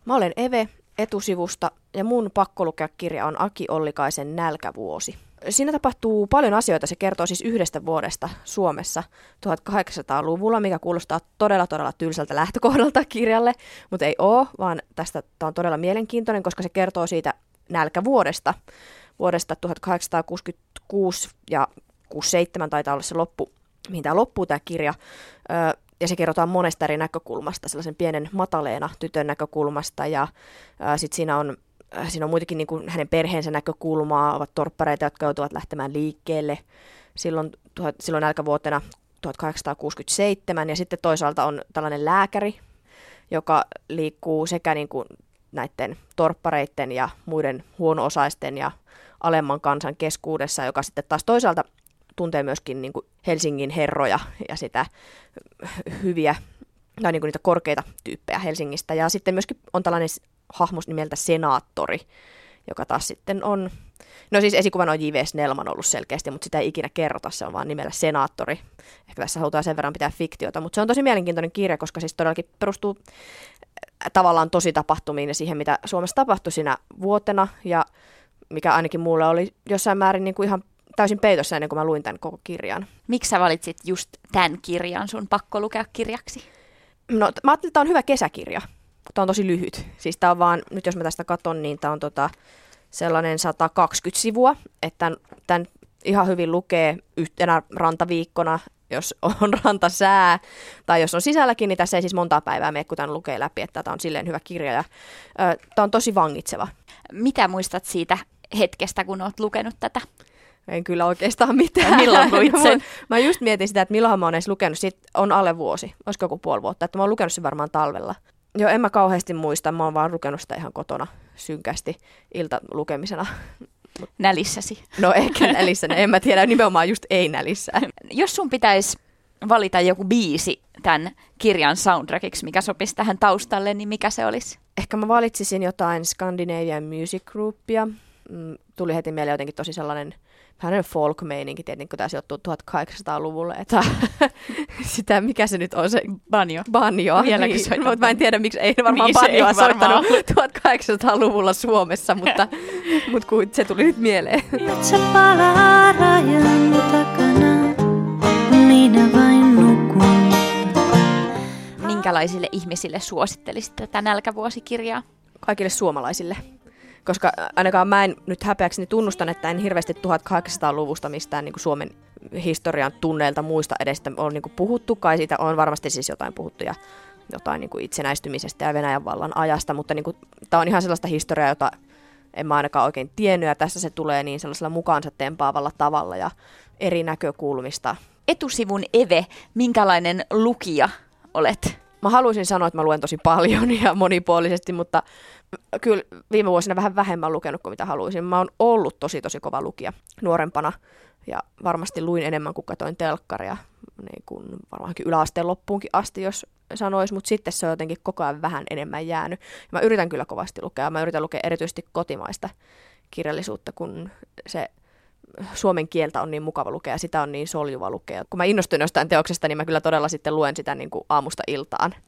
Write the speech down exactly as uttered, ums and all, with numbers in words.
Mä olen Eve etusivusta ja mun pakkolukea-kirja on Aki Ollikaisen Nälkävuosi. Siinä tapahtuu paljon asioita. Se kertoo siis yhdestä vuodesta Suomessa tuhatkahdeksansataaluvulla, mikä kuulostaa todella todella tylsältä lähtökohdalta kirjalle, mutta ei ole, vaan tästä tämä on todella mielenkiintoinen, koska se kertoo siitä nälkävuodesta, vuodesta tuhatkahdeksansataakuusikymmentäkuusi ja kuusikymmentäseitsemän taitaa olla se loppu, mihin tämä loppuu tämä kirja. Ja se kerrotaan monesta eri näkökulmasta, sellaisen pienen Mataleena tytön näkökulmasta ja sitten siinä on Siinä on muitakin niin kuin hänen perheensä näkökulmaa, ovat torppareita, jotka joutuvat lähtemään liikkeelle silloin, silloin nälkävuotena tuhatkahdeksansataakuusikymmentäseitsemän. Ja sitten toisaalta on tällainen lääkäri, joka liikkuu sekä niin kuin näiden torppareiden ja muiden huono-osaisten ja alemman kansan keskuudessa, joka sitten taas toisaalta tuntee myöskin niin kuin Helsingin herroja ja sitä hyviä tai niin kuin niitä korkeita tyyppejä Helsingistä. Ja sitten myöskin on tällainen hahmos nimeltä Senaattori, joka taas sitten on, no siis esikuvana on J V Snellman ollut selkeästi, mutta sitä ei ikinä kerrota, se on vaan nimellä Senaattori. Ehkä tässä halutaan sen verran pitää fiktiota, mutta se on tosi mielenkiintoinen kirja, koska siis todellakin perustuu tavallaan tosi tapahtumiin ja siihen, mitä Suomessa tapahtui siinä vuotena, ja mikä ainakin mulle oli jossain määrin niin kuin ihan täysin peitossa ennen kuin mä luin tämän koko kirjan. Miksi sä valitsit just tämän kirjan sun pakko lukea kirjaksi? No mä ajattelin, että tämä on hyvä kesäkirja. Tämä on tosi lyhyt. Siis tämä on vaan, nyt jos mä tästä katson, niin tämä on tota sellainen sata kaksikymmentä sivua, että tämän, tämän ihan hyvin lukee yhtenä rantaviikkona, jos on rantasää, tai jos on sisälläkin, niin tässä ei siis montaa päivää mene, kun tämän lukee läpi, että tämä on silleen hyvä kirja, ja ö, tämä on tosi vangitseva. Mitä muistat siitä hetkestä, kun olet lukenut tätä? En kyllä oikeastaan mitään. Milloin luit sen? Mä just mietin sitä, että milloin mä oon edes lukenut, siitä on alle vuosi, olisiko joku puoli vuotta, että mä oon lukenut sen varmaan talvella. Joo, en mä kauheasti muista, mä oon vaan lukenut sitä ihan kotona synkästi iltalukemisena. Nälissäsi. No ehkä nälissä, en mä tiedä, nimenomaan just ei nälissä. Jos sun pitäisi valita joku biisi tämän kirjan soundtrackiksi, mikä sopisi tähän taustalle, niin mikä se olisi? Ehkä mä valitsisin jotain Scandinavian Music Groupia. Tuli heti mieleen jotenkin tosi sellainen vähän folk-meininki, tietenkin kun tämä sijoittuu tuhatkahdeksansataaluvulle, että sitä, mikä se nyt on se? Banjo. Banjo. Vieläkin niin, soitan. mutta mä en tiedä, miksi ei varmaan niin, banjoa ei varmaan. soittanut tuhatkahdeksansataaluvulla Suomessa, mutta, mutta kun se tuli nyt mieleen. Metsä palaa rajan takana, minä vain nukun. Minkälaisille ihmisille suosittelisit tätä nälkävuosikirjaa? Kaikille suomalaisille. Koska ainakaan mä en nyt häpeäkseni tunnustan, että en hirveästi tuhatkahdeksansataaluvusta mistään niin kuin Suomen historian tunneilta muista edes on niin kuin puhuttu. Kai siitä on varmasti siis jotain puhuttu ja jotain niin kuin itsenäistymisestä ja Venäjän vallan ajasta, mutta niin kuin, tämä on ihan sellaista historiaa, jota en mä ainakaan oikein tiennyt, ja tässä se tulee niin sellaisella mukaansa tempaavalla tavalla ja eri näkökulmista. Etusivun Eve, minkälainen lukija olet? Mä haluaisin sanoa, että mä luen tosi paljon ja monipuolisesti, mutta kyllä viime vuosina vähän vähemmän lukenut kuin mitä haluaisin. Mä oon ollut tosi tosi kova lukija nuorempana ja varmasti luin enemmän kuin katoin telkkaria, niin kuin varmaankin yläasteen loppuunkin asti, jos sanois, mutta sitten se on jotenkin koko ajan vähän enemmän jäänyt. Mä yritän kyllä kovasti lukea. Mä yritän lukea erityisesti kotimaista kirjallisuutta, kun se suomen kieltä on niin mukava lukea ja sitä on niin soljuva lukea. Kun mä innostun jostain teoksesta, niin mä kyllä todella sitten luen sitä niin kuin aamusta iltaan.